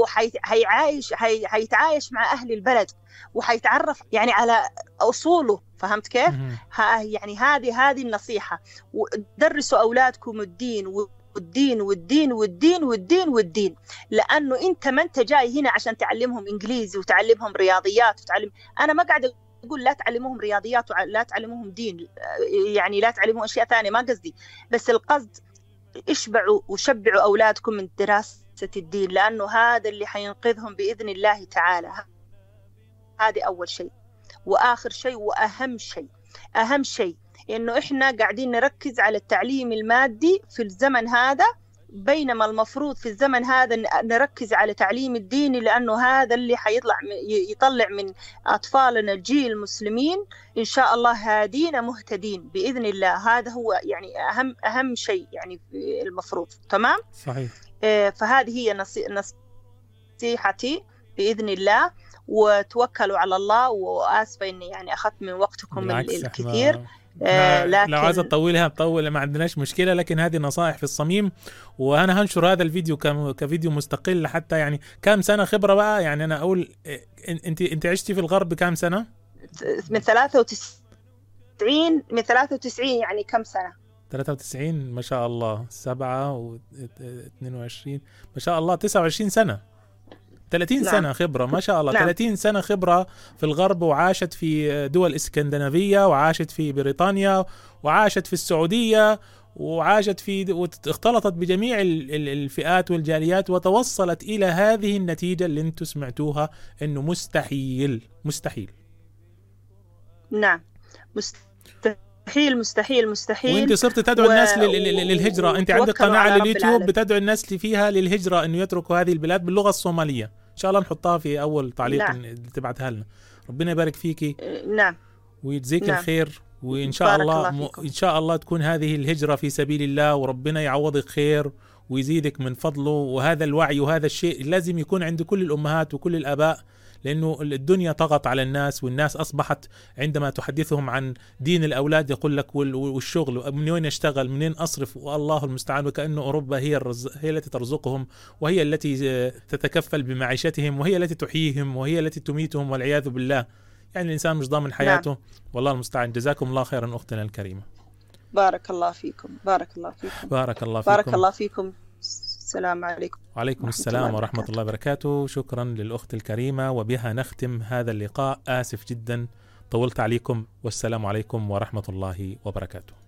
[SPEAKER 4] وحيتعايش مع أهل البلد وحيتعرف يعني على أصوله، فهمت كيف. يعني هذه النصيحة. ودرسوا أولادكم الدين والدين والدين والدين والدين والدين، لأنه أنت ما أنت جاي هنا عشان تعلمهم إنجليزي وتعلمهم رياضيات أنا ما قاعد أقول لا تعلموهم رياضيات ولا تعلموهم دين، يعني لا تعلموهم أشياء ثانية، ما قصدي، بس القصد اشبعوا وشبعوا أولادكم من دراسة الدين، لأنه هذا اللي حينقذهم بإذن الله تعالى. هذه أول شيء. وآخر شيء أهم شيء إنه إحنا قاعدين نركز على التعليم المادي في الزمن هذا، بينما المفروض في الزمن هذا نركز على تعليم الدين، لأنه هذا اللي يطلع من أطفالنا الجيل المسلمين إن شاء الله هادين مهتدين بإذن الله. هذا هو يعني أهم شيء يعني المفروض. تمام؟ صحيح. فهذه هي نصيحتي بإذن الله، وتوكلوا على الله. وآسفة إني يعني أخذت من وقتكم الكثير.
[SPEAKER 3] لكن لو عايز تطولها بطول، ما عندناش مشكلة، لكن هذه نصائح في الصميم. وأنا هنشر هذا الفيديو كفيديو مستقل حتى. يعني كم سنة خبرة بقى؟ يعني أنا أقول أنت عشتي في الغرب كم سنة؟
[SPEAKER 4] من 93 يعني كم سنة؟
[SPEAKER 3] 93 ما شاء الله. 7 و22 ما شاء الله 29 سنة. 30 نعم. سنة خبرة ما شاء الله. نعم. 30 سنة خبرة في الغرب، وعاشت في دول اسكندنافية، وعاشت في بريطانيا، وعاشت في السعودية، وعاشت واختلطت بجميع الفئات والجاليات، وتوصلت إلى هذه النتيجة اللي انتم سمعتوها، إنه مستحيل.
[SPEAKER 4] نعم مستحيل.
[SPEAKER 3] وانت صرت تدعو الناس للهجرة. انت عندك قناة على اليوتيوب بتدعو الناس فيها للهجرة، انه يتركوا هذه البلاد باللغة الصومالية. ان شاء الله نحطها في اول تعليق. نعم. اللي تبعتها لنا. ربنا يبارك فيكي.
[SPEAKER 4] نعم.
[SPEAKER 3] ويجزيك نعم. الخير. وان شاء الله ان شاء الله تكون هذه الهجرة في سبيل الله، وربنا يعوضك خير ويزيدك من فضله. وهذا الوعي وهذا الشيء لازم يكون عند كل الامهات وكل الاباء، لأنه الدنيا طغت على الناس، والناس أصبحت عندما تحدثهم عن دين الأولاد يقول لك والشغل، من وين أشتغل، منين أصرف، والله المستعان، وكأنه أوروبا هي التي ترزقهم، وهي التي تتكفل بمعيشتهم، وهي التي تحييهم، وهي التي تميتهم والعياذ بالله. يعني الإنسان مش ضامن حياته. نعم. والله المستعان. جزاكم الله خيرا أختنا الكريمة.
[SPEAKER 4] بارك الله فيكم. بارك الله فيكم. السلام عليكم.
[SPEAKER 3] وعليكم السلام ورحمة الله وبركاته. شكرا للأخت الكريمة، وبها نختم هذا اللقاء. آسف جدا طولت عليكم، والسلام عليكم ورحمة الله وبركاته.